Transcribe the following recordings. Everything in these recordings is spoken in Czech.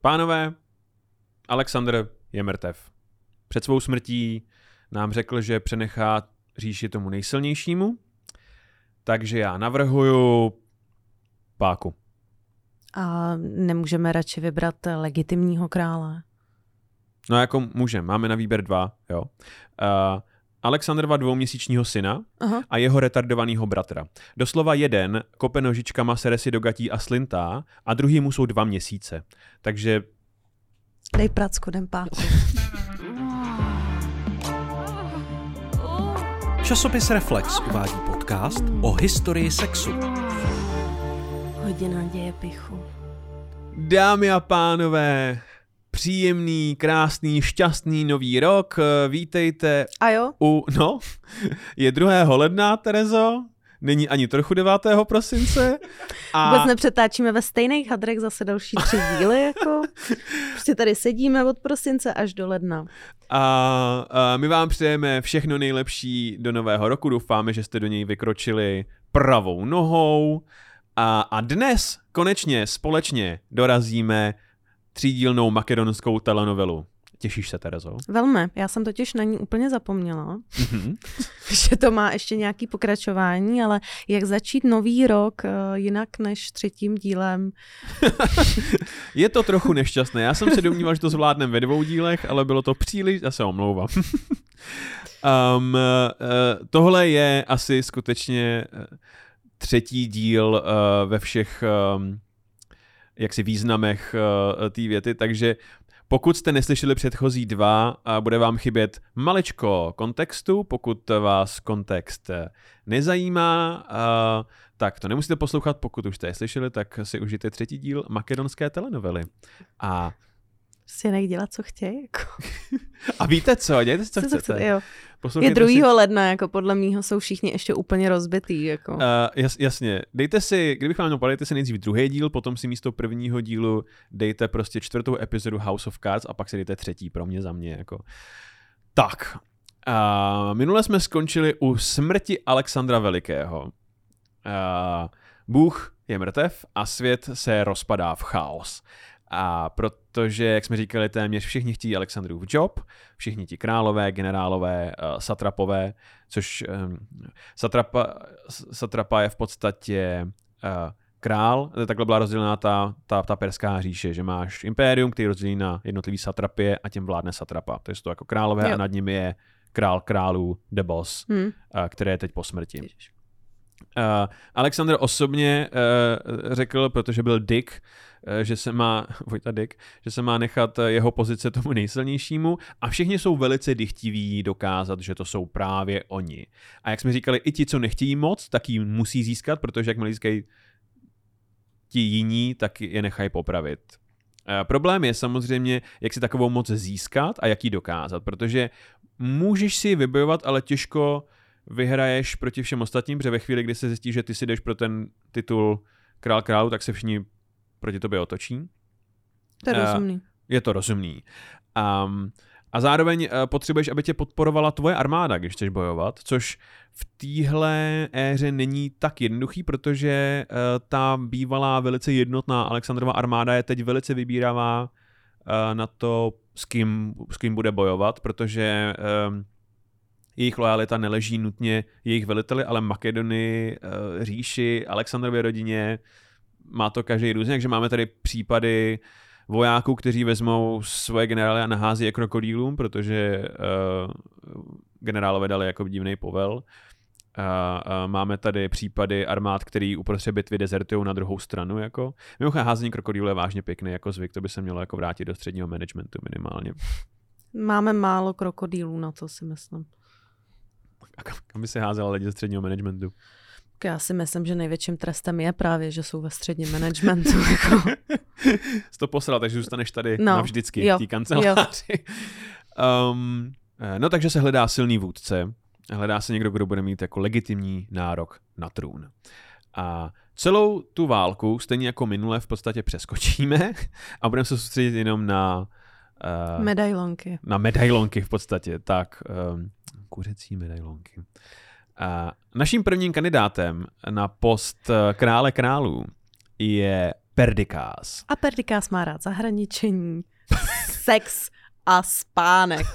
Pánové, Alexandr je mrtev. Před svou smrtí nám řekl, že přenechá říši tomu nejsilnějšímu, takže já navrhuju páku. A nemůžeme radši vybrat legitimního krále? No jako můžeme, máme na výběr 2, jo. Alexandrova 2měsíčního syna a jeho retardovaného bratra. Doslova jeden kope nožičkama, sere si do gatí a slintá a druhý mu jsou 2 měsíce. Takže... Dej pracku, jdem páku. Časopis Reflex uvádí podcast o historii sexu. Hodina dějepichu. Dámy a pánové, příjemný, krásný, šťastný nový rok. Vítejte. A jo? Je 2. ledna, Terezo. Není ani trochu 9. prosince. A... Vůbec nepřetáčíme ve stejných hadrech zase další 3 díly. Jako. Prostě tady sedíme od prosince až do ledna. A my vám přejeme všechno nejlepší do nového roku. Doufáme, že jste do něj vykročili pravou nohou. A dnes konečně společně dorazíme 3dílnou makedonskou telenovelu. Těšíš se, Terezo? Velmi. Já jsem totiž na ní úplně zapomněla, že to má ještě nějaký pokračování, ale jak začít nový rok jinak než 3. dílem? Je to trochu nešťastné. Já jsem se domníval, že to zvládnem ve 2 dílech, ale bylo to příliš, já se omlouvám. Tohle je asi skutečně 3. díl ve všech jaksi významech té věty, takže pokud jste neslyšeli předchozí 2, bude vám chybět maličko kontextu, pokud vás kontext nezajímá, tak to nemusíte poslouchat, pokud už jste je slyšeli, tak si užijte 3. díl makedonské telenovely. A si nech dělat, co chtějí. Jako. A víte co? Dějte si, co chcete. Jo. Je 2. ledna, jako podle mýho jsou všichni ještě úplně rozbitý. Jako. Jasně. Dejte si, kdybych vám měl dejte si nejdřív 2. díl, potom si místo 1. dílu dejte prostě 4. epizodu House of Cards a pak si dejte 3. pro mě, za mě. Jako. Tak. Minule jsme skončili u smrti Alexandra Velikého. Bůh je mrtev a svět se rozpadá v chaos. A protože, jak jsme říkali, téměř všichni chtějí Alexandrův job, všichni ti králové, generálové, satrapové, což satrapa je v podstatě král. Takhle byla rozdělená ta perská říše, že máš impérium, který rozdělí na jednotlivý satrapie a těm vládne satrapa. To je to jako králové a nad nimi je král králů, the boss, který je teď po smrti. Alexandr osobně řekl, protože byl Dick, že se má nechat jeho pozice tomu nejsilnějšímu a všichni jsou velice dychtiví dokázat, že to jsou právě oni. A jak jsme říkali, i ti, co nechtějí moc, tak ji musí získat, protože jak získají ti jiní, tak je nechají popravit. Problém je samozřejmě, jak si takovou moc získat a jak ji dokázat, protože můžeš si ji vybojovat, ale těžko vyhraješ proti všem ostatním, protože ve chvíli, kdy se zjistí, že ty si jdeš pro ten titul král králu, tak se všichni proti tobě otočí. To je rozumný. Je to rozumný. A zároveň potřebuješ, aby tě podporovala tvoje armáda, když chceš bojovat, což v téhle éře není tak jednoduchý, protože ta bývalá velice jednotná Alexandrova armáda je teď velice vybíravá na to, s kým bude bojovat, protože jejich lojalita neleží nutně jejich veliteli, ale Makedonii, říši, Alexandrově rodině, má to každý různě, takže máme tady případy vojáků, kteří vezmou svoje generály a nahází je krokodýlům, protože generálové dali jako divnej povel. Máme tady případy armád, který uprostřed bitvy dezertují na druhou stranu. Jako. Mimochodem házení krokodýlů je vážně pěkný jako zvyk, to by se mělo jako vrátit do středního managementu minimálně. Máme málo krokodýlů na to, si myslím. A kam by se házela lidi ze středního managementu? Já si myslím, že největším trestem je právě, že jsou ve středním managementu. Jako. Jsi to posral, takže zůstaneš tady navždycky v té kanceláři. Takže se hledá silný vůdce. Hledá se někdo, kdo bude mít jako legitimní nárok na trůn. A celou tu válku, stejně jako minule, v podstatě přeskočíme a budeme se soustředit jenom na medailonky. Na medailonky v podstatě. Tak, kuřecí medailonky. Naším prvním kandidátem na post krále králů je Perdikás. A Perdikás má rád zahraničení, sex a spánek.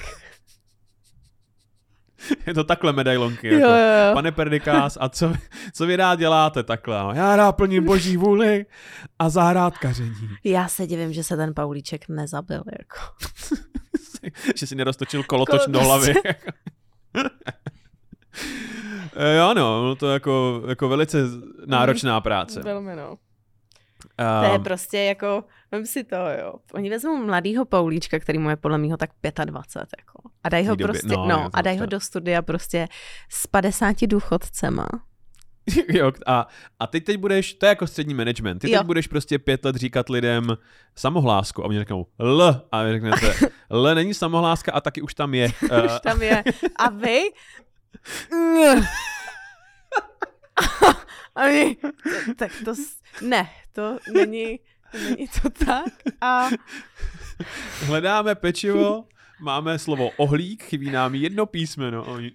Je to takhle medailonky. Jako. Jo. Pane Perdikás, a co vy rád děláte takhle? No, já rád plním boží vůli a zahrádkaření. Já se divím, že se ten Paulíček nezabil. Jako. Že si neroztočil kolotoč do hlavy. Jo, no, to je jako velice náročná práce. Velmi, no. To je prostě jako, vem si to, jo. Oni vezmou mladýho Paulíčka, který mu je podle mýho tak 25, jako. A dají ho prostě, a dají ho do studia prostě s 50 důchodcema. Jo, a teď budeš, to je jako střední management, ty teď budeš prostě 5 let říkat lidem samohlásku a oni řeknou L a vy řeknete, L není samohláska a taky už tam je. Už tam je. A vy? A my, tak to, ne, to není to tak. A hledáme pečivo, máme slovo ohlík, chybí nám jedno písmeno. Oni...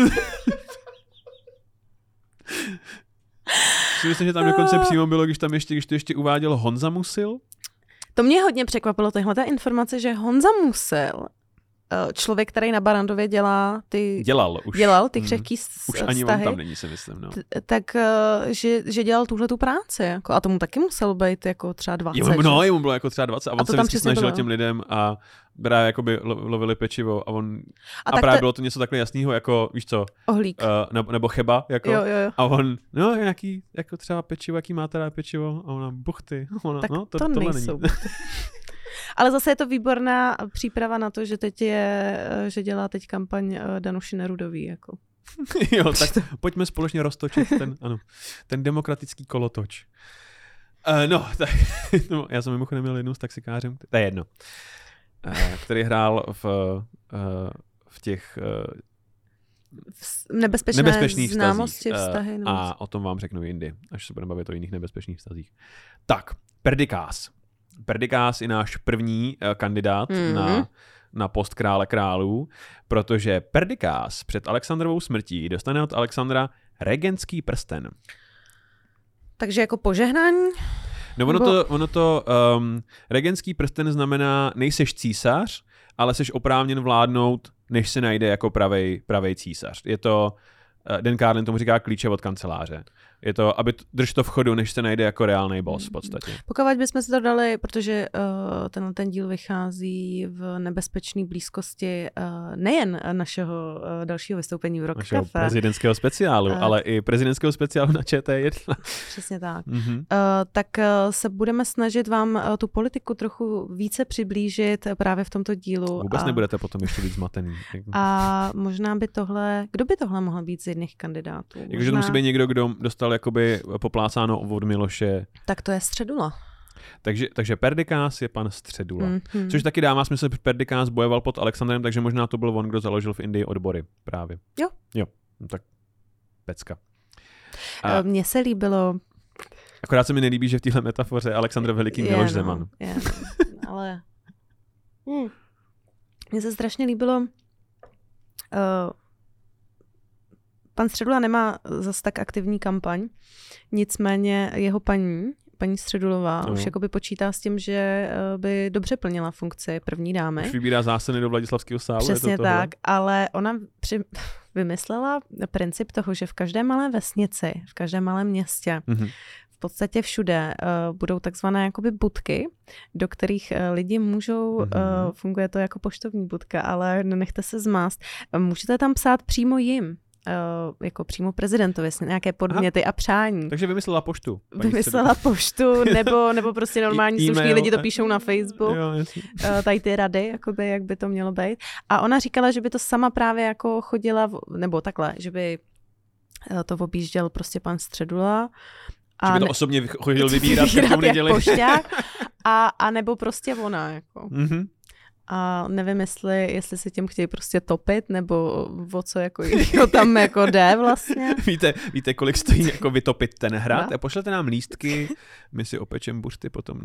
Myslím, že tam dokonce přímo bylo, když to ještě uváděl Honza Musil. To mě hodně překvapilo, tahle informace, že Honza Musil, člověk, který na Barrandově dělal ty křehký už ani vztahy, on tam není, si myslím. No. Tak, že dělal tuhletu práci. Jako, a tomu taky muselo být jako třeba 20. Jemu bylo jako třeba 20 a on se vždycky snažil těm lidem a právě jakoby lovili pečivo a právě bylo to něco takhle jasného, jako víš co? Ohlík. Nebo cheba. Jako, jo. A on, no nějaký, jako třeba pečivo, jaký máte rád pečivo? A ona, buchty. Ona, tak no, to nejsou buchty. Ale zase je to výborná příprava na to, že teď že dělá teď kampaň Danuši Nerudový. Jako. Jo, tak pojďme společně roztočit ten demokratický kolotoč. Tak já jsem mimochodem měl jednou s taxikářem, to je jedno, který hrál v těch nebezpečných známosti, vztahy. A o tom vám řeknu jindy, až se budeme bavit o jiných nebezpečných vztazích. Tak, Perdikás. Perdikás je náš první kandidát na post krále králů, protože Perdikás před Alexandrovou smrtí dostane od Alexandra regentský prsten. Takže jako požehnání? No ono to regentský prsten znamená, nejseš císař, ale seš oprávněn vládnout, než se najde jako pravej císař. Je to, Dan Carlin tomu říká klíče od kanceláře. Je to, aby drž to v chodu, než se najde jako reálnej boss v podstatě. Pokud bychom si to dali, protože ten díl vychází v nebezpečné blízkosti nejen našeho dalšího vystoupení v Rock našeho Cafe. prezidentského speciálu, ale i prezidentského speciálu na ČT1. Přesně tak. Tak se budeme snažit vám tu politiku trochu více přiblížit právě v tomto dílu. Vůbec nebudete potom ještě víc zmatený. A možná kdo by tohle mohl být z jedných kandidátů? Jakože to musí být někdo, kdo dostal jakoby poplácáno od Miloše. Tak to je Středula. Takže Perdikás je pan Středula. Což taky dává smysl, že Perdikás bojoval pod Alexandrem, takže možná to byl on, kdo založil v Indii odbory právě. Jo. No tak pecka. Mně se líbilo... Akorát se mi nelíbí, že v téhle metafoře Alexandr Veliký Miloš Zeman. Ale... Mně se strašně líbilo... Pan Středula nemá zas tak aktivní kampaň, nicméně jeho paní Středulová už jakoby počítá s tím, že by dobře plnila funkci první dámy. Už vybírá zásady do Vladislavského sálu. Přesně tak, ale ona vymyslela princip toho, že v každé malé vesnici, v každém malém městě, v podstatě všude budou takzvané jakoby budky, do kterých lidi můžou, funguje to jako poštovní budka, ale nenechte se zmást, můžete tam psát přímo jim. Jako přímo prezidentovi, nějaké podněty a přání. Takže vymyslela poštu. Vymyslela poštu, nebo prostě normální slušní lidi to píšou na Facebook. Tady ty rady, jakoby, jak by to mělo být. A ona říkala, že by to sama právě jako chodila, nebo takhle, že by to objížděl prostě pan Středula. Že by to osobně chodil vybírat jak pošťák, a nebo prostě ona. Jako. A nevím, jestli si tím chtějí prostě topit, nebo o co jako jiného tam jako jde vlastně. Víte, kolik stojí jako vytopit ten hrad? A pošlete nám lístky, my si opečem buřty potom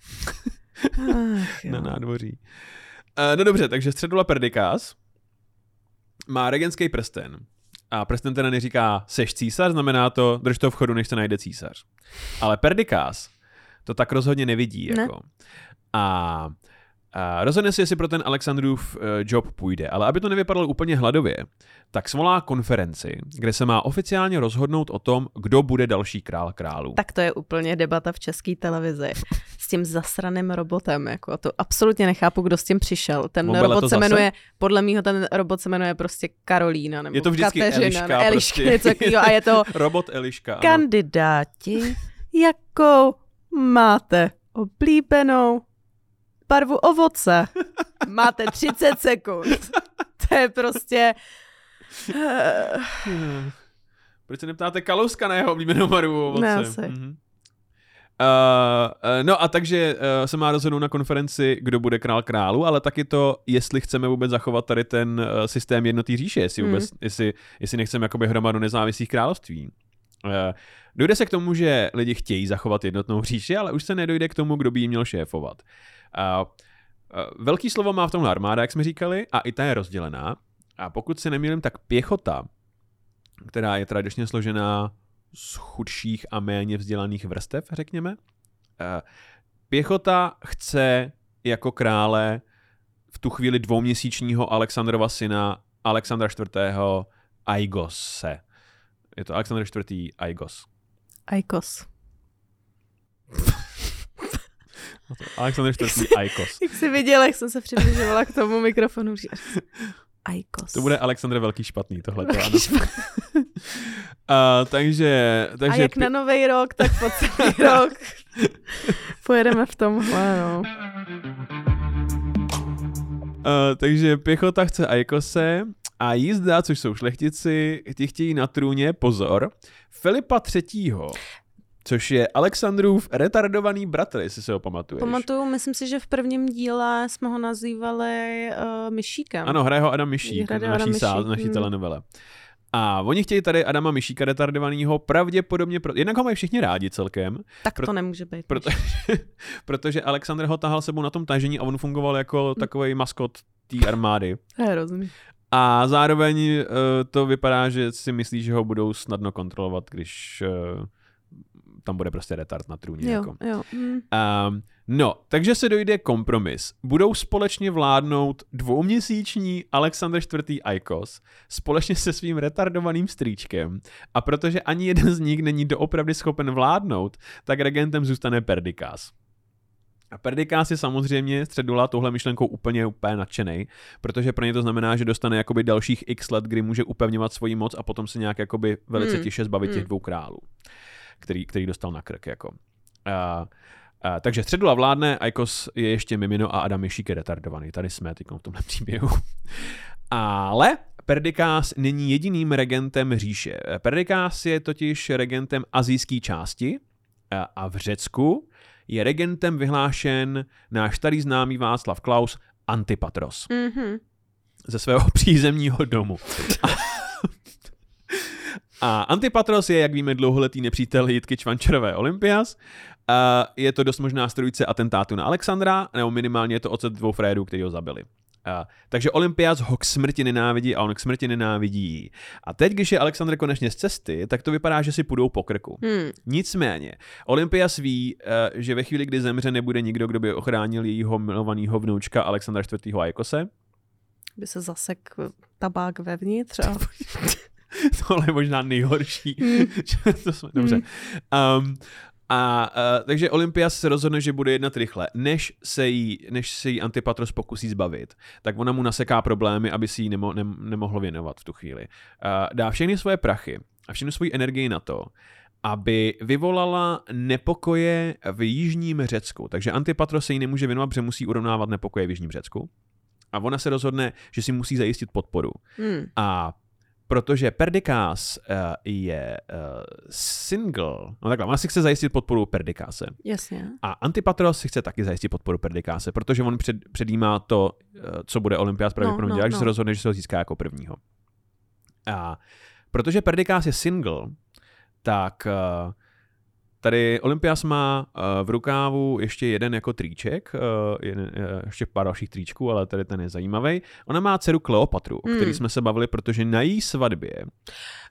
na nádvoří. No dobře, takže Středula Perdikás má regentský prsten. A prsten teda neříká seš císař, znamená to drž to v chodu, než se najde císař. Ale Perdikás to tak rozhodně nevidí. Jako. A rozhodne si, jestli pro ten Alexandrův job půjde, ale aby to nevypadalo úplně hladově, tak svolá konferenci, kde se má oficiálně rozhodnout o tom, kdo bude další král králů. Tak to je úplně debata v české televizi s tím zasraným robotem. Jako to absolutně nechápu, kdo s tím přišel. Ten robot se jmenuje, podle mýho ten robot se jmenuje prostě Karolína nebo je to vždycky Kateřina, Eliška něco takového, a je to robot Eliška. Kandidáti, jakou máte oblíbenou barvu ovoce. Máte 30 sekund. To je prostě... Proč se neptáte Kalouska na jeho oblíbenou barvu ovoce? No a takže se má rozhodnout na konferenci, kdo bude král králu, ale taky to, jestli chceme vůbec zachovat tady ten systém jednotý říše, jestli nechceme jakoby hromadu nezávislých království. Dojde se k tomu, že lidi chtějí zachovat jednotnou říši, ale už se nedojde k tomu, kdo by jí měl šéfovat. Velký slovo má v tomhle armáda, jak jsme říkali, a i ta je rozdělená. A pokud se nemýlím, tak pěchota, která je tradičně složená z chudších a méně vzdělaných vrstev, řekněme. Pěchota chce jako krále v tu chvíli 2měsíčního Alexandrova syna Alexandra IV. Aigose. Je to Alexandr IV. Aigos. Aikos. Alexandr IV. Aikos. Jak jsi viděl, jak jsem se přibližovala k tomu mikrofonu. Aikos. To bude Alexandr Velký špatný, tohleto, ano. takže a jak na Nový rok, tak po celý rok pojedeme v tomhle, no. Takže pěchota chce Aikose a jízda, což jsou šlechtici, ti chtějí na trůně, pozor, Filipa III., což je Alexandrův retardovaný bratr, jestli se ho pamatuješ. Pamatuju, myslím si, že v prvním díle jsme ho nazývali Myšíkem. Ano, hraje ho Adam Myšík na naší telenovele. A oni chtějí tady Adama Myšíka retardovanýho pravděpodobně, jednak ho mají všichni rádi celkem. Tak to nemůže být. Protože Alexandr ho tahal sebou na tom tažení a on fungoval jako takovej maskot té armády. To je rozumí. A zároveň to vypadá, že si myslí, že ho budou snadno kontrolovat, když tam bude prostě retard na trůně. Jo. No, takže se dojde kompromis. Budou společně vládnout 2měsíční Alexandr IV. Aikos společně se svým retardovaným strýčkem a protože ani jeden z nich není doopravdy schopen vládnout, tak regentem zůstane Perdiccas. A Perdiccas je samozřejmě středula touhle myšlenkou úplně nadšenej, protože pro ně to znamená, že dostane jakoby dalších x let, kdy může upevňovat svoji moc a potom se nějak jakoby velice tiše zbavit těch dvou králů, který dostal na krk. Jako. Takže středula vládne, Aikos je ještě mimino a Adam Myšík je retardovaný. Tady jsme teď v tomhle příběhu. Ale Perdiccas není jediným regentem říše. Perdiccas je totiž regentem asijské části a v Řecku je regentem vyhlášen náš starý známý Václav Klaus Antipatros. Ze svého přízemního domu. A Antipatros je, jak víme, dlouholetý nepřítel Jitky Čvančarové Olympias. Je to dost možná strůjce atentátu na Alexandra, nebo minimálně je to otec dvou frérů, kteří ho zabili. Takže Olympias ho k smrti nenávidí a on k smrti nenávidí. A teď, když je Alexandr konečně z cesty, tak to vypadá, že si půjdou po krku. Nicméně, Olympias ví, že ve chvíli, kdy zemře, nebude nikdo, kdo by ochránil jejího milovaného vnoučka Alexandra IV. Aikose. By se zasek tabák vevnitř a... Tohle je možná nejhorší. Dobře. Takže Olympias se rozhodne, že bude jednat rychle. Než se jí Antipatros pokusí zbavit, tak ona mu naseká problémy, aby si jí nemohlo věnovat v tu chvíli. Dá všechny svoje prachy a všechny svoji energii na to, aby vyvolala nepokoje v jižním Řecku. Takže Antipatros se jí nemůže věnovat, protože musí urovnávat nepokoje v jižním Řecku. A ona se rozhodne, že si musí zajistit podporu. A protože Perdiccas je single, no takhle, ona si chce zajistit podporu Perdiccase. Jasně. A Antipatros si chce taky zajistit podporu Perdiccase, protože on předjímá to, co bude Olympias pravděpodobně dělat, že se rozhodne, že se ho získá jako prvního. A protože Perdiccas je single, tak tady Olympias má v rukávu ještě jeden jako trýček, ještě pár dalších trýčků, ale tady ten je zajímavý. Ona má dceru Kleopatru, o který jsme se bavili, protože na její svatbě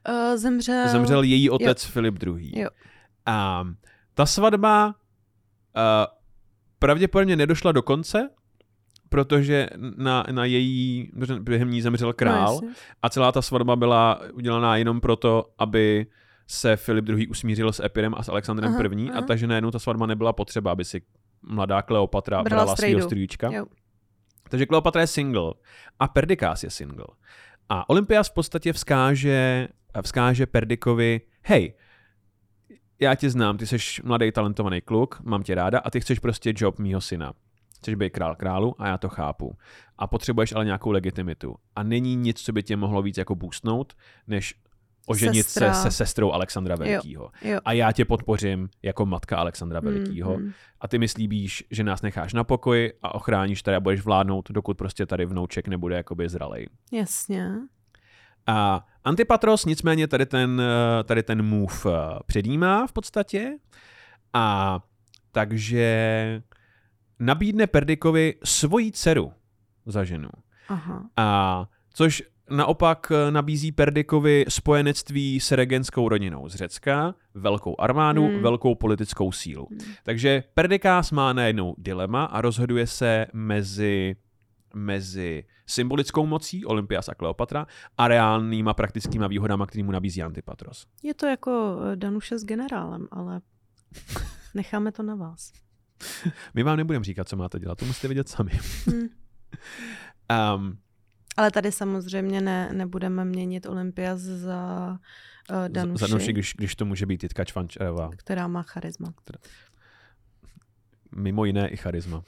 zemřel její otec Filip II. Jo. A ta svatba pravděpodobně nedošla do konce, protože během ní zemřel král a celá ta svatba byla udělaná jenom proto, aby se Filip II. Usmířil s Epirem a s Alexandrem I. A takže najednou ta svatba nebyla potřeba, aby si mladá Kleopatra brala svýho strýčka. Takže Kleopatra je single a Perdikás je single. A Olympias v podstatě vzkáže Perdikovi, hej, já tě znám, ty jsi mladý talentovaný kluk, mám tě ráda a ty chceš prostě job mýho syna. Chceš být král králu a já to chápu. A potřebuješ ale nějakou legitimitu. A není nic, co by tě mohlo víc jako boostnout, než oženit se se sestrou Alexandra Velikýho. Jo. A já tě podpořím jako matka Alexandra Velikýho. A ty mi slíbíš, že nás necháš na pokoji a ochráníš tady a budeš vládnout, dokud prostě tady vnouček nebude jakoby zralej. Jasně. A Antipatros nicméně tady ten move předjímá v podstatě. A takže nabídne Perdikovi svoji dceru za ženu. Aha. A což naopak nabízí Perdikovi spojenectví s regenskou rodinou z Řecka, velkou armádu, velkou politickou sílu. Takže Perdikás má najednou dilema a rozhoduje se mezi symbolickou mocí Olympias a Kleopatra a reálnýma praktickýma výhodama, který mu nabízí Antipatros. Je to jako Danuše s generálem, ale necháme to na vás. My vám nebudeme říkat, co máte dělat, to musíte vědět sami. Ale tady samozřejmě nebudeme měnit Olympias za Danuši. Za Danuši, když to může být Jitka Čvančarová. Která má charisma. Mimo jiné i charisma.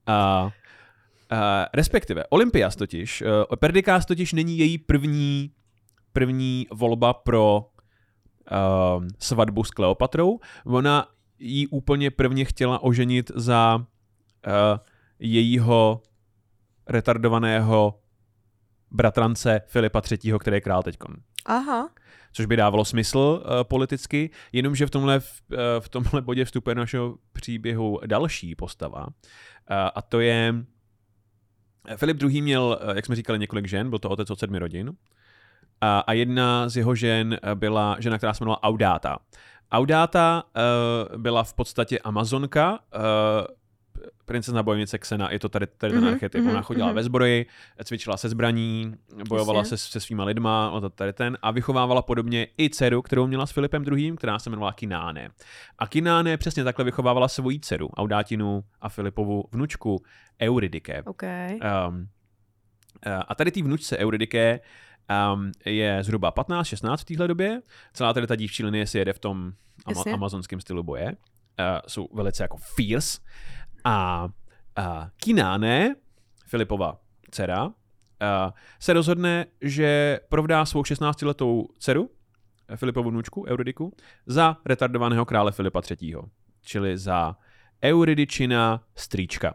Respektive Olympias totiž, Perdikás totiž není její první volba pro svatbu s Kleopatrou. Ona jí úplně prvně chtěla oženit za jejího retardovaného bratrance Filipa III., který je král teďkon. Aha. Což by dávalo smysl politicky, jenomže v tomhle bodě vstupuje do našeho příběhu další postava. A to je Filip II. Měl, jak jsme říkali, několik žen, byl to otec od 7 rodin. A jedna z jeho žen byla žena, která se jmenovala Audáta. Audáta byla v podstatě Amazonka, princezna bojovnice Xena, je to tady ten archetyp. Ona chodila ve zbroji, cvičila se zbraní, bojovala se svýma lidma, a vychovávala podobně i dceru, kterou měla s Filipem II., která se jmenovala Kináne. A Kináne přesně takhle vychovávala svoji dceru, Audátinu a Filipovu vnučku Eurydike. Okay. A tady té vnučce Eurydike je zhruba 15-16 v téhle době. Celá tady ta dívčí linie si jede v tom amazonském stylu boje. Jsou velice jako fierce. A Kináne, Filipova dcera, se rozhodne, že provdá svou 16letou dceru, Filipovu vnučku, Eurydiku, za retardovaného krále Filipa III., čili za Eurydičina strýčka.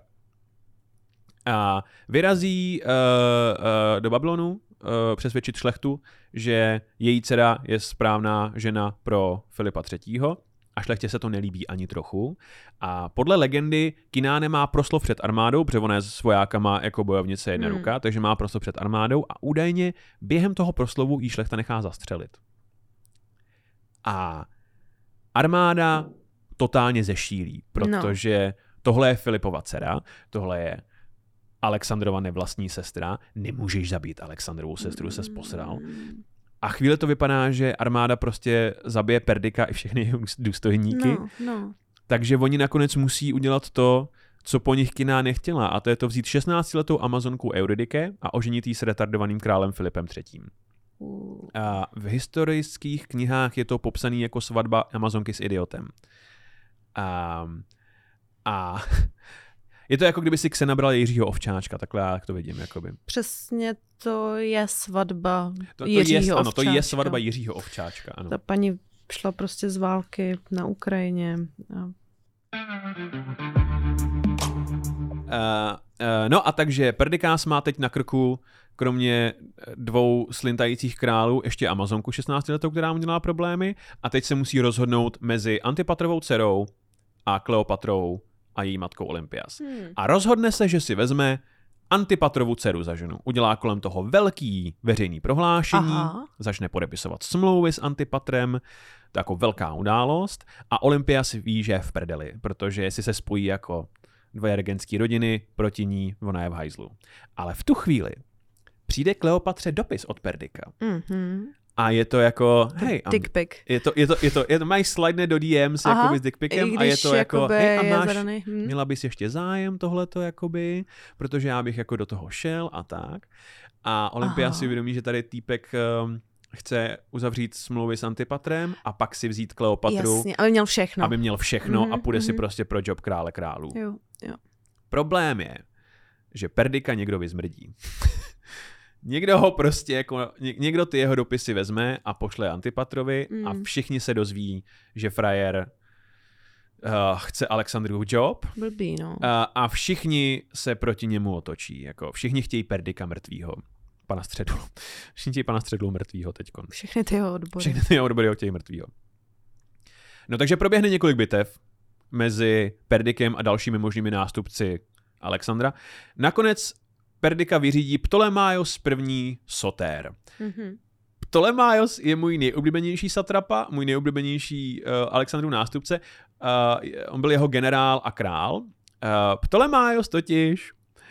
A vyrazí do Babylonu přesvědčit šlechtu, že její dcera je správná žena pro Filipa III., a šlechtě se to nelíbí ani trochu. A podle legendy Kináne má proslov před armádou, protože ona je s vojákama jako bojovnice jedna ruka, takže má proslov před armádou a údajně během toho proslovu jí šlechta nechá zastřelit. A armáda totálně zešílí, protože tohle je Filipova dcera, tohle je Alexandrova nevlastní sestra, nemůžeš zabít Alexandrovu sestru, se posral. A chvíli to vypadá, že armáda prostě zabije Perdika i všechny důstojníky. No. Takže oni nakonec musí udělat to, co po nich Kináne nechtěla, a to je to vzít 16letou Amazonku Eurydike a oženit jí s retardovaným králem Filipem III. A v historických knihách je to popsaný jako svatba Amazonky s idiotem. A je to jako kdyby si Xena brala Jiřího Ovčáčka, takhle já to vidím. Jakoby. Přesně to je svatba Jiřího Ovčáčka. Ano, to je svatba Jiřího Ovčáčka. Ano. Ta paní šla prostě z války na Ukrajině. No a takže Perdikás má teď na krku kromě 2 slintajících králů ještě Amazonku 16letou, která mu dělá problémy, a teď se musí rozhodnout mezi Antipatrovou dcerou a Kleopatrou a její matkou Olympias. A rozhodne se, že si vezme Antipatrovu dceru za ženu. Udělá kolem toho velký veřejný prohlášení, začne podepisovat smlouvy s Antipatrem, to je jako velká událost a Olympia si ví, že je v prdeli, protože jestli se spojí jako dvě regentské rodiny, proti ní ona je v hajzlu. Ale v tu chvíli přijde Kleopatře dopis od Perdika. A je to jako, hej, dick pic. Je to mají slidne do DMs jakoby s dick picem a je to jako, hej, a měla bys ještě zájem tohleto jakoby, protože já bych jako do toho šel a tak. A Olympia si uvědomí, že tady týpek chce uzavřít smlouvy s Antipatrem a pak si vzít Kleopatru. Jasně, aby měl všechno. A půjde si prostě pro job krále králů. Jo. Problém je, že Perdika někdo vyzmrdí. Někdo ho prostě jako, někdo ty jeho dopisy vezme a pošle Antipatrovi a všichni se dozví, že frajer chce Alexandrův job. Blbý, no. A všichni se proti němu otočí. Jako všichni chtějí Perdika mrtvýho. Pana Středulu. Všichni chtějí pana Středulu mrtvýho teďkon. Všechny ty jeho odbory. Všechny ty jeho odbory ho chtějí mrtvýho. No takže proběhne několik bitev mezi Perdikem a dalšími možnými nástupci Alexandra. Nakonec Perdika vyřídí Ptolemaios I. Soter. Ptolemaios je můj nejoblíbenější satrapa, můj nejoblíbenější Alexandrův nástupce. On byl jeho generál a král. Ptolemaios totiž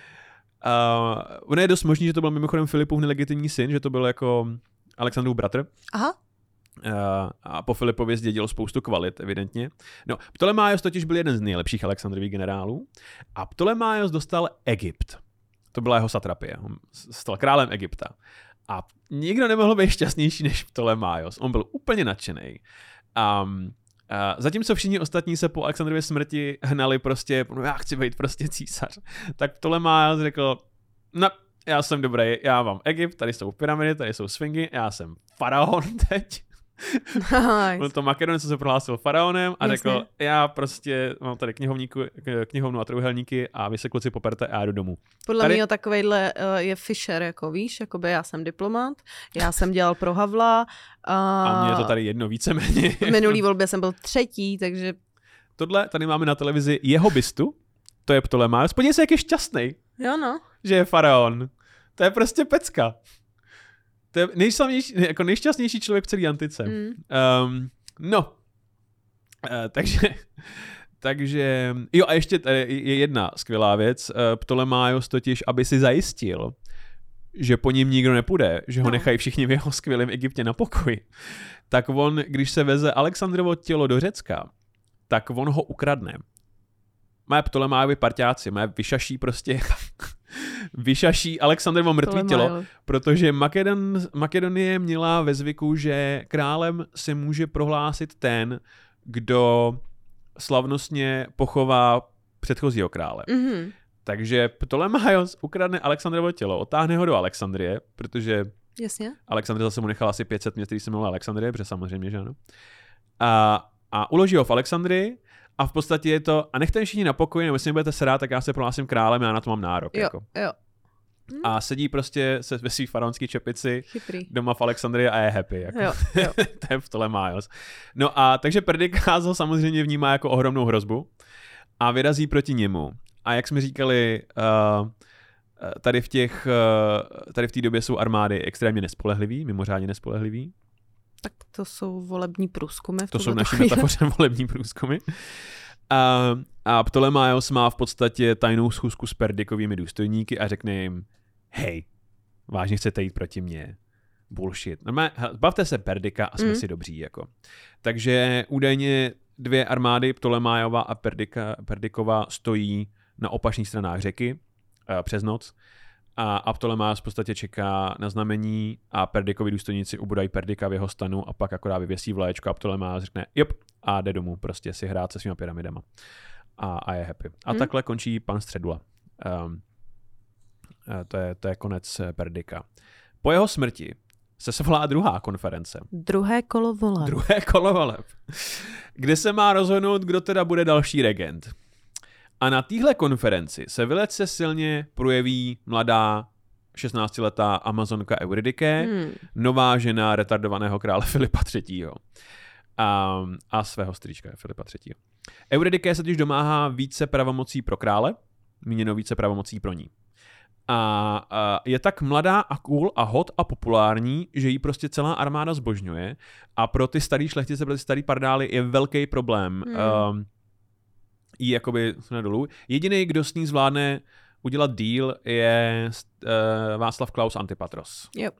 on je dost možný, že to byl mimochodem Filipův nelegitimní syn, že to byl jako Alexandrův bratr. Aha. A po Filipově zdědil spoustu kvalit, evidentně. No, Ptolemaios totiž byl jeden z nejlepších Alexandrových generálů a Ptolemaios dostal Egypt. To byla jeho satrapie. On stal králem Egypta. A nikdo nemohl být šťastnější než Ptolemaios. On byl úplně nadšený. Zatímco všichni ostatní se po Alexandrově smrti hnali prostě, já chci být prostě císař, tak Ptolemaios řekl, no, já jsem dobrý, já mám Egypt, tady jsou pyramidy, tady jsou sfingy, já jsem faraon teď. Byl to Makedon, co se prohlásil faraonem a řekl, já prostě mám tady knihovnu a trouhelníky a vy se kluci poperte a já jdu domů. Podle mě takovejhle je Fischer, jako víš, jakoby já jsem diplomat, já jsem dělal pro Havla. A mě je to tady jedno víceméně. V minulý volbě jsem byl 3, takže... Tohle tady máme na televizi jeho bystu, to je Ptolemaios. Podívej se, jak je šťastný. Jo no. Že je faraon. To je prostě pecka. To je jako nejšťastnější člověk v celé antice. Takže jo a ještě tady je jedna skvělá věc. Ptolemaios totiž, aby si zajistil, že po ním nikdo nepůjde, že ho nechají všichni v jeho skvělém Egyptě na pokoji, tak on, když se veze Alexandrovo tělo do Řecka, tak on ho ukradne. Má Ptolemaiovy parťáci, vyšaší Alexandrovo mrtvý tělo, protože Makedonie měla ve zvyku, že králem se může prohlásit ten, kdo slavnostně pochová předchozího krále. Takže Ptolemaios ukradne Alexandrovo tělo, otáhne ho do Alexandrie, protože Alexandrie zase mu nechal asi 500 měst, který se jmenoval Alexandrie, protože samozřejmě, že ano. A uloží ho v Alexandrii a v podstatě je to, a nechte všichni na pokoji, nebo jestli nebudete srát, tak já se prohlásím králem, já na to mám nárok. Jo. A sedí prostě ve svý faraonský čepici doma v Alexandrii a je happy. Jako. Jo. To je Ptolemaios. No a takže Perdikáz ho samozřejmě vnímá jako ohromnou hrozbu a vyrazí proti němu. A jak jsme říkali, tady v té době jsou armády extrémně nespolehlivý, mimořádně nespolehlivý. Tak to jsou volební průzkumy. To jsou naši metafoře volební průzkumy. A Ptolemaios má v podstatě tajnou schůzku s Perdikovými důstojníky a řekne jim, hej, vážně chcete jít proti mně? Bullshit. Normálně, bavte se Perdika a jsme si dobří. Jako. Takže údajně 2 armády, Ptolemaiova a Perdikova, stojí na opačných stranách řeky přes noc. A Ptolemaios v podstatě čeká na znamení a Perdikovi důstojníci ubodají Perdika v jeho stanu a pak akorát vyvěsí vlaječko a Ptolemaios řekne jop a jde domů prostě si hrát se svýma pyramidama. A je happy. A takhle končí pan Středula. To je konec Perdika. Po jeho smrti se svolá druhá konference. Druhé kolo voleb. Kde se má rozhodnout, kdo teda bude další regent. A na téhle konferenci se velice silně projeví mladá 16letá Amazonka Eurydike, nová žena retardovaného krále Filipa III. A svého strýčka Filipa III. Eurydike se totiž domáhá více pravomocí pro krále, míněno více pravomocí pro ní. A je tak mladá a cool a hot a populární, že jí prostě celá armáda zbožňuje a pro ty starý šlechtice, pro ty starý pardály je velký problém jí jakoby dolů. Jediný, kdo s ní zvládne udělat deal, je Václav Klaus Antipatros. Yep.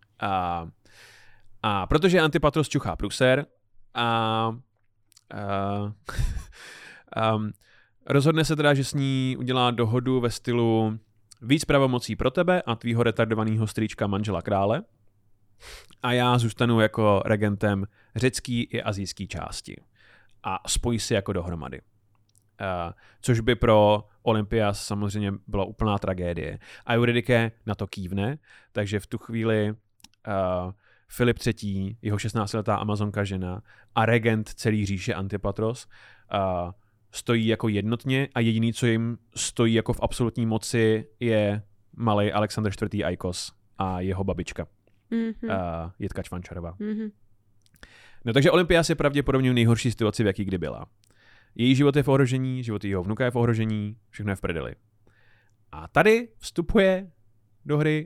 A protože Antipatros čuchá pruser rozhodne se teda, že s ní udělá dohodu ve stylu víc pravomocí pro tebe a tvýho retardovanýho strýčka manžela krále a já zůstanu jako regentem řecký i asijský části a spojí si jako dohromady. Což by pro Olympias samozřejmě byla úplná tragédie. A Eurydike na to kývne, takže v tu chvíli Filip III., jeho 16letá amazonka žena a regent celý říše Antipatros stojí jako jednotně a jediný, co jim stojí jako v absolutní moci, je malej Alexandr IV. Aikos a jeho babička. Jitka Čvančarová. No takže Olympias je pravděpodobně v nejhorší situaci, v jaký kdy byla. Její život je v ohrožení, život jejího vnuka je v ohrožení, všechno je v prdeli. A tady vstupuje do hry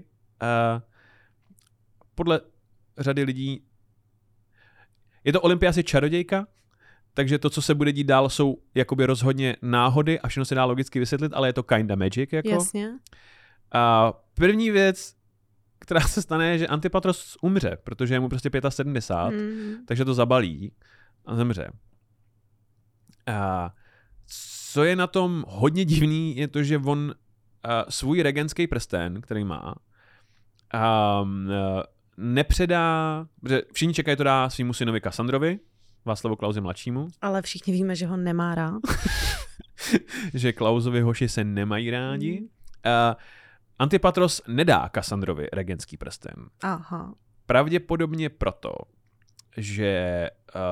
podle řady lidí. Je to Olympias je čarodějka, takže to, co se bude dít dál, jsou jakoby rozhodně náhody a všechno se dá logicky vysvětlit, ale je to kinda magic. Jako. Jasně. První věc, která se stane, je, že Antipatros umře, protože je mu prostě 75, takže to zabalí a zemře. Co je na tom hodně divný, je to, že on svůj regentský prsten, který má, nepředá, protože všichni čekají, to dá svýmu synovi Kassandrovi, Václavu Klausi mladšímu. Ale všichni víme, že ho nemá rád. Že Klausovi hoši se nemají rádi. Antipatros nedá Kassandrovi regentský prsten. Aha. Pravděpodobně proto, že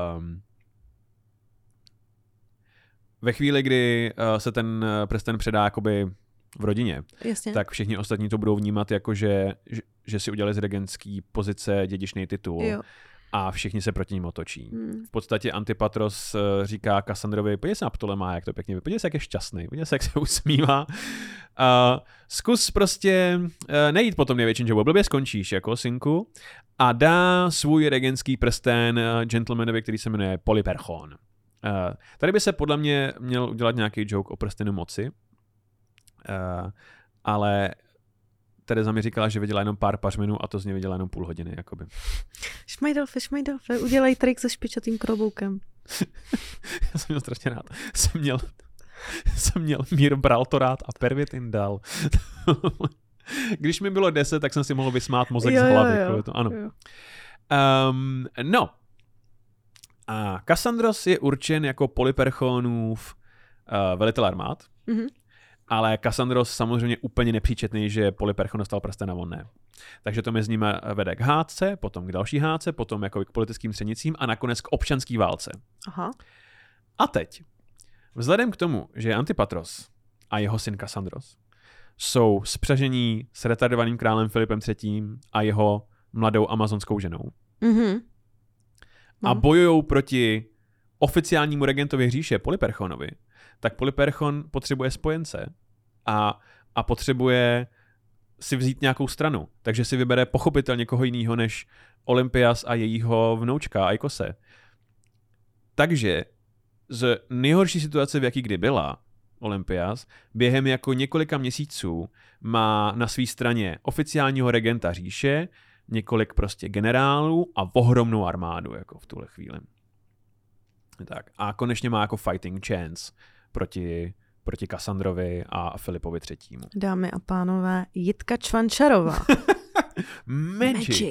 ve chvíli, kdy se ten prsten předá jakoby v rodině, Jasně. tak všichni ostatní to budou vnímat jako, že si udělali z regentský pozice dědičný titul. Jo. A všichni se proti ním otočí. V podstatě Antipatros říká Kassandrovi, podívej se na Ptolema, jak to pěkně vypadá, podívej se, jak je šťastný, podívej se, jak se usmívá. Zkus prostě nejít po tom největším jobu, blbě skončíš jako synku a dá svůj regentský prsten gentlemanovi, který se jmenuje Polyperchon. Tady by se podle mě měl udělat nějaký joke o prstenu moci, ale Tereza mi říkala, že viděla jenom pár pařmenů a to z něj viděla jenom půl hodiny. Jakoby. Šmajdolfe, udělej trik se špičatým kloboukem. Já jsem měl strašně rád. Jsem měl Mír bral to rád a Pervitin dal. Když mi bylo 10, tak jsem si mohl vysmát mozek z hlavy. Jo. To, ano. Jo. No. A Kassandros je určen jako Polyperchonův velitel armád. Ale Kassandros samozřejmě úplně nepříčetný, že Polyperchon dostal prsten a on ne. Takže to mezi nimi vede k hádce, potom k další hádce, potom jako k politickým střenicím a nakonec k občanský válce. Aha. A teď, vzhledem k tomu, že Antipatros a jeho syn Kassandros jsou spřažení s retardovaným králem Filipem III. A jeho mladou amazonskou ženou a bojujou proti oficiálnímu regentovi říše Polyperchonovi, tak Polyperchon potřebuje spojence a potřebuje si vzít nějakou stranu. Takže si vybere pochopitelně koho jiného než Olympias a jejího vnoučka Aikose. Takže z nejhorší situace, v jaký kdy byla Olympias, během jako několika měsíců má na své straně oficiálního regenta říše, několik prostě generálů a ohromnou armádu jako v tuhle chvíli. Tak. A konečně má jako fighting chance proti Kassandrovi a Filipovi III. Dámy a pánové, Jitka Čvančarová. Magic.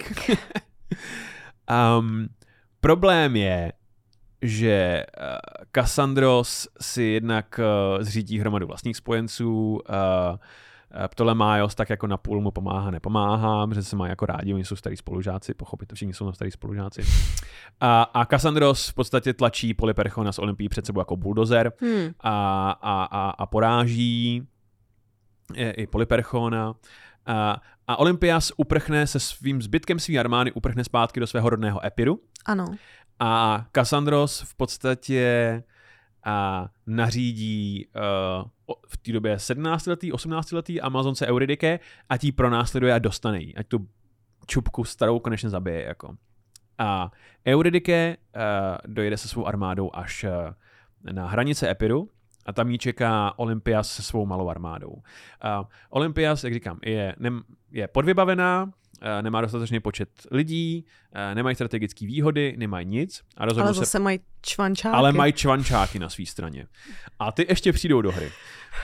Problém je, že Kassandros si jednak zřídí hromadu vlastních spojenců, Ptolemaios tak jako napůl mu pomáhá, nepomáhá, protože se mají jako rádi, oni jsou starý spolužáci, pochopit, všichni jsou starý spolužáci. A Kassandros v podstatě tlačí Polyperchona z Olympii před sebou jako buldozer a poráží i Polyperchona. A Olympias uprchne se svým zbytkem své armády, uprchne zpátky do svého rodného Epiru. Ano. A Kassandros v podstatě nařídí v té době 17letý, 18letý Amazonce Eurydike, ať jí pronásleduje a dostane jí. Ať tu čupku starou konečně zabije. Jako. A Eurydike dojede se svou armádou až na hranice Epiru a tam jí čeká Olympias se svou malou armádou. Olympias, jak říkám, je podvybavená, nemá dostatečný počet lidí, nemají strategické výhody, nemají nic. A ale zase mají čvančáky. Ale mají čvančáky na své straně. A ty ještě přijdou do hry.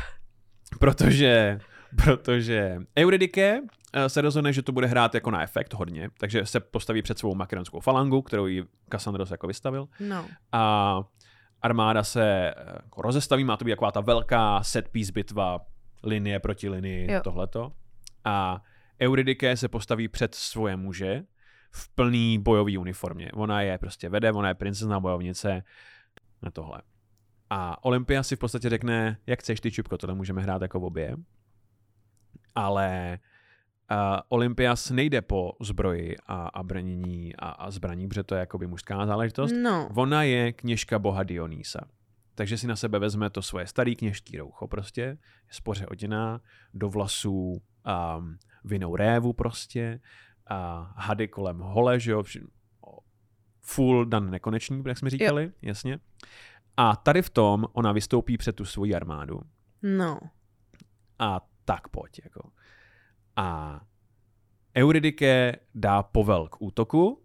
Protože Eurydike se rozhodne, že to bude hrát jako na efekt hodně, takže se postaví před svou makedonskou falangu, kterou jí Kassandros jako vystavil. No. A armáda se jako rozestaví, má to být taková ta velká set-piece bitva, linie proti linii, tohleto. A Eurydike se postaví před svoje muže v plný bojový uniformě. Ona je prostě vede, ona je princezna bojovnice na tohle. A Olympia si v podstatě řekne, jak chceš ty, Čupko, tohle můžeme hrát jako v obě. Ale Olympias nejde po zbroji a brnění a zbraní, protože to je jakoby mužská záležitost. No. Ona je kněžka boha Dionýsa. Takže si na sebe vezme to svoje starý kněžský roucho prostě, je spoře oděná, do vlasů vinou révu prostě, a hady kolem hole, že jo, full dan nekonečný, jak jsme říkali, jasně. A tady v tom ona vystoupí před tu svoji armádu. No. A tak pojď, jako. A Eurydike dá povel k útoku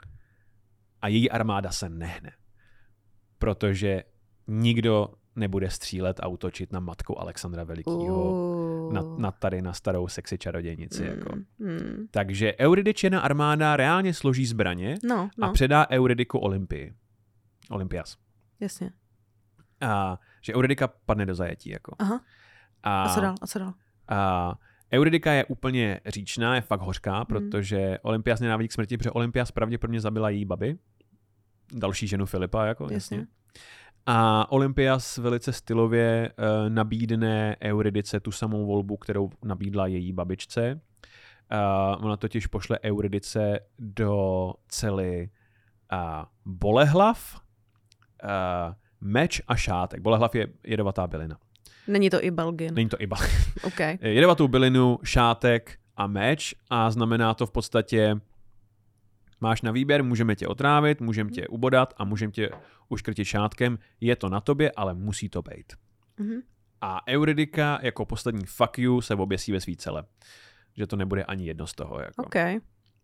a její armáda se nehne. Protože nikdo nebude střílet a útočit na matku Alexandra Velikýho, na starou sexy čarodějnici. Jako. Takže Eurydičina armáda reálně složí zbraně a předá Eurydiku Olympias. Jasně. A že Eurydika padne do zajetí. Jako. Aha. A co dál? Eurydika je úplně říčná, je fakt hořká, protože Olympias nenávidí k smrti, protože Olympias pravděpodobně zabila její babi, další ženu Filipa, jako jasně. A Olympias velice stylově nabídne Eurydice tu samou volbu, kterou nabídla její babičce. Ona totiž pošle Eurydice do cely bolehlav, meč a šátek. Bolehlav je jedovatá bylina. Není to i Belgin. Není to i Belgin. Okay. Jedovatou bylinu, šátek a meč a znamená to v podstatě, máš na výběr, můžeme tě otrávit, můžeme tě ubodat a můžeme tě uškrtit šátkem. Je to na tobě, ale musí to být. Mm-hmm. A Eurydika jako poslední fuck you se oběsí ve svý cele. Že to nebude ani jedno z toho. Jako. Okay.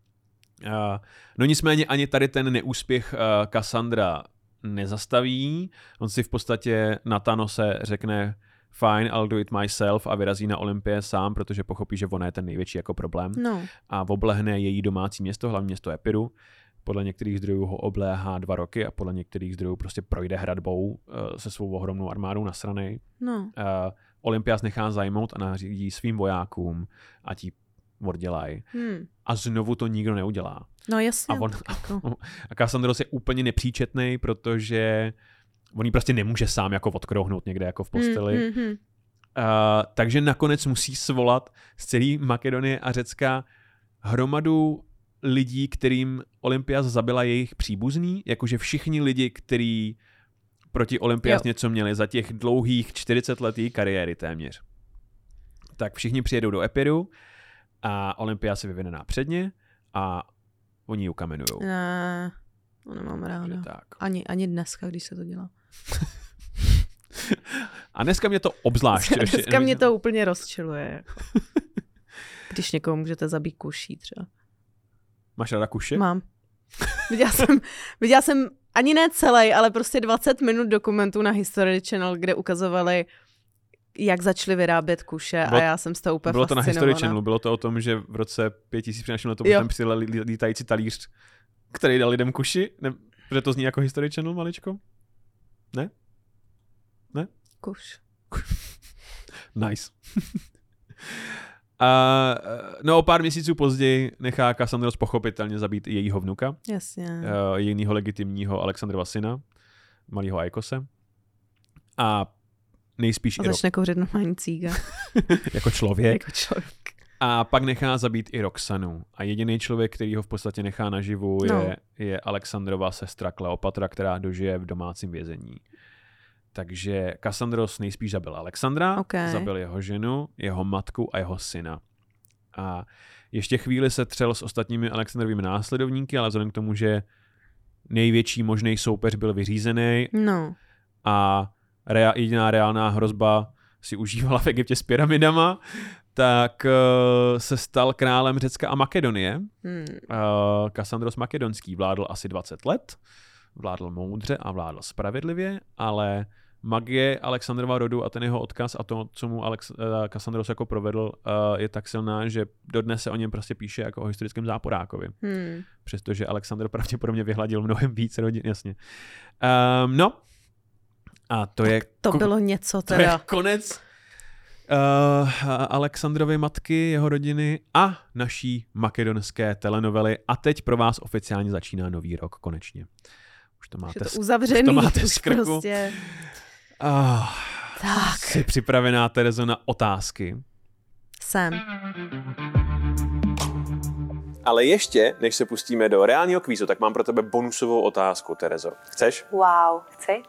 No nicméně ani tady ten neúspěch Kassandra nezastaví. On si v podstatě na Thanose řekne fine, I'll do it myself a vyrazí na Olympie sám, protože pochopí, že ona je ten největší jako problém. No. A oblehne její domácí město, hlavně město Epiru. Podle některých zdrojů ho obléhá 2 roky a podle některých zdrojů prostě projde hradbou se svou ohromnou armádou nasranej. No. Olympias nechá zajmout a nařídí svým vojákům, ať jí oddělají. A znovu to nikdo neudělá. No jasně. A Kassandros je úplně nepříčetnej, protože on jí prostě nemůže sám jako odkrouhnout někde jako v posteli. Takže nakonec musí svolat z celé Makedonie a Řecka hromadu lidí, kterým Olympias zabila jejich příbuzný, jakože všichni lidi, kteří proti Olympias něco měli za těch dlouhých 40 letý kariéry téměř. Tak všichni přijedou do Epiru a Olympias se vyvine nápředně a oni ji ukamenujou. Ne, to nemám ráda. Ani dneska, když se to dělá. A dneska mě to obzvlášť. Dneska mě to úplně rozčiluje. Jako. Když někoho můžete zabít kuší třeba. Máš ráda kuše? Mám. Viděla jsem ani ne celý, ale prostě 20 minut dokumentů na History Channel, kde ukazovali, jak začali vyrábět kuše a já jsem z toho úplně fascinovaná. Bylo to na History Channelu, bylo to o tom, že v roce 5000 před naším letem tam přijel lítající talíř, který dal lidem kuši, protože to zní jako History Channel maličko? Ne? Kuš. Nice. No o pár měsíců později nechá Kassandros pochopitelně zabít jejího vnuka. Jasně. Jinýho legitimního Alexandrova syna, malýho Aikose. A nejspíš a začne kouřit normální cíga. Jako člověk. Jako člověk. A pak nechá zabít i Roxanu. A jediný člověk, který ho v podstatě nechá naživu, je Alexandrova sestra Kleopatra, která dožije v domácím vězení. Takže Kassandros nejspíš zabil Alexandra, zabil jeho ženu, jeho matku a jeho syna. A ještě chvíli se třel s ostatními Alexandrovými následovníky, ale vzhledem k tomu, že největší možný soupeř byl vyřízený a jediná reálná hrozba si užívala v Egyptě s pyramidama, tak se stal králem Řecka a Makedonie. Kassandros Makedonský vládl asi 20 let, vládl moudře a vládl spravedlivě, ale magie Alexandrova rodu a ten jeho odkaz a to, co mu Kassandros jako provedl, je tak silná, že dodnes se o něm prostě píše jako o historickém záporákovi. Přestože Alexandr pravděpodobně vyhladil mnohem víc rodin, jasně. No, a to je... To bylo něco teda. To je konec Alexandrovy matky, jeho rodiny a naší makedonské telenovely. A teď pro vás oficiálně začíná nový rok, konečně. Už to máte, uzavřený, to máte z krku. Prostě... Tak. Jsi připravená, Terezo, na otázky? Jsem. Ale ještě, než se pustíme do reálního kvízu, tak mám pro tebe bonusovou otázku, Terezo. Chceš? Wow, chci.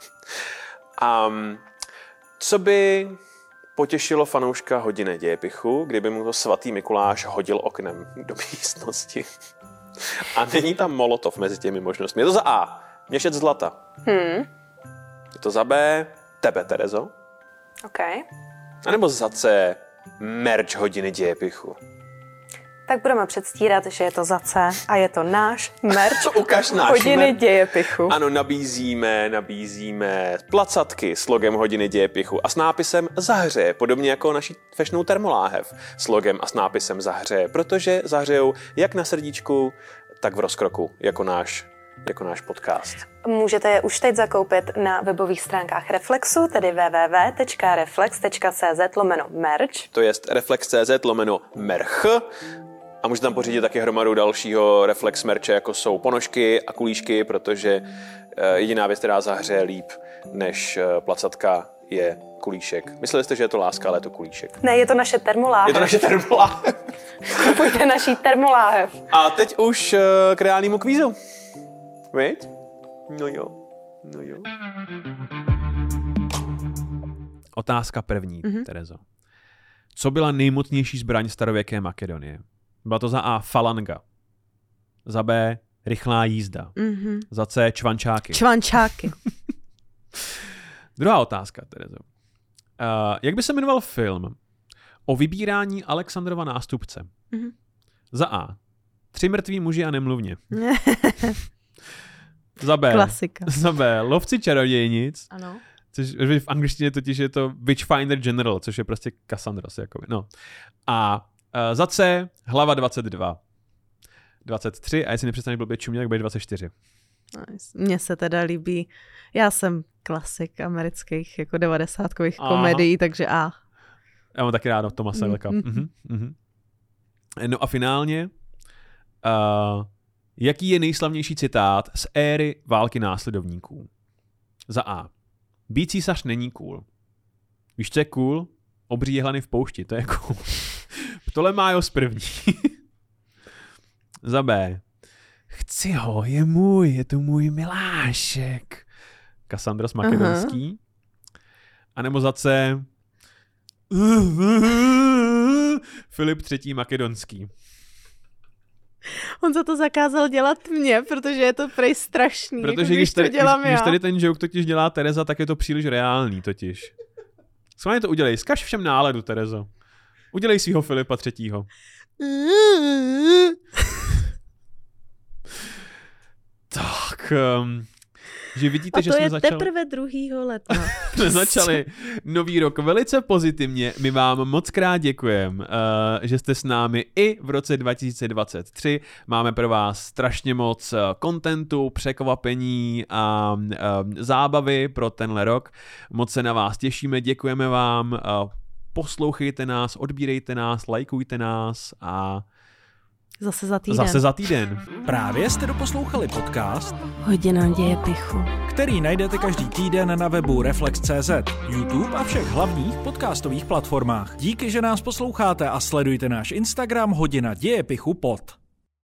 Co by potěšilo fanouška Hodiny dějepichu, kdyby mu to svatý Mikuláš hodil oknem do místnosti? A není tam molotov mezi těmi možnostmi. Je to za A. Měšec zlata. Je to za B. Tebe, Terezo. OK. A nebo za C. Merch Hodiny dějepichu. Tak budeme předstírat, že je to za C a je to náš merch Ukaž náš Hodiny dějepichu. Ano, nabízíme placatky s logem Hodiny dějepichu a s nápisem Zahřeje, podobně jako naší fešnou termoláhev s logem a s nápisem Zahřeje, protože zahřejou jak na srdíčku, tak v rozkroku, jako náš podcast. Můžete je už teď zakoupit na webových stránkách Reflexu, tedy www.reflex.cz/merch. To je reflex.cz/merch. A můžete tam pořídit taky hromadu dalšího Reflex merče, jako jsou ponožky a kulíšky, protože jediná věc, která zahřeje líp než placatka, je kulíšek. Mysleli jste, že je to láska, ale je to kulíšek. Ne, je to naše termoláhev. Je to naše termoláhev. Kupujte naší termoláhev. A teď už k reálnému kvízu. Viď? No jo. Otázka první, Terezo. Co byla nejmocnější zbraň starověké Makedonie? Byla to za A falanga, za B rychlá jízda, za C čvančáky. Druhá otázka, Terezo. Jak by se jmenoval film o vybírání Alexandrova nástupce? Za A 3 mrtví muži a nemluvně. Za B. Klasika. Za B lovci čarodějnic. Ano. Což v angličtině totiž je to Witchfinder General, což je prostě Kassandros. Jakoby. No. A za C hlava 22. 23 a jestli nepřestaneš blbě čumě, tak bude 24. Nice. Mně se teda líbí, já jsem klasik amerických jako 90kových komedií, takže A. Já mám taky rád Toma Sellecka. No a finálně, jaký je nejslavnější citát z éry války následovníků? Za A. Být císař není cool. Víš, co je cool? Obří jehlany v poušti, to je cool. Ptolemájos první. Za B. Chci ho, je to můj milášek. Kassandros Makedonský. A nebo za C. Filip III. Makedonský. On za to zakázal dělat mě, protože je to prej strašný. Protože jako, když tady ten joke totiž dělá Tereza, tak je to příliš reálný totiž. Schválně to udělej. Zkaž všem náledu, Terezo. Udělej svýho Filipa III. Tak, že vidíte, že jsme začali... A to je teprve 2. ledna. Jsme začali nový rok velice pozitivně. My vám moc krát děkujeme, že jste s námi i v roce 2023. Máme pro vás strašně moc kontentu, překvapení a zábavy pro tenhle rok. Moc se na vás těšíme, děkujeme vám. Poslouchejte nás, odbírejte nás, lajkujte nás a Zase za týden. Právě jste doposlouchali podcast Hodina dějepichu, který najdete každý týden na webu Reflex.cz, YouTube a všech hlavních podcastových platformách. Díky, že nás posloucháte a sledujte náš Instagram Hodina dějepichu pod.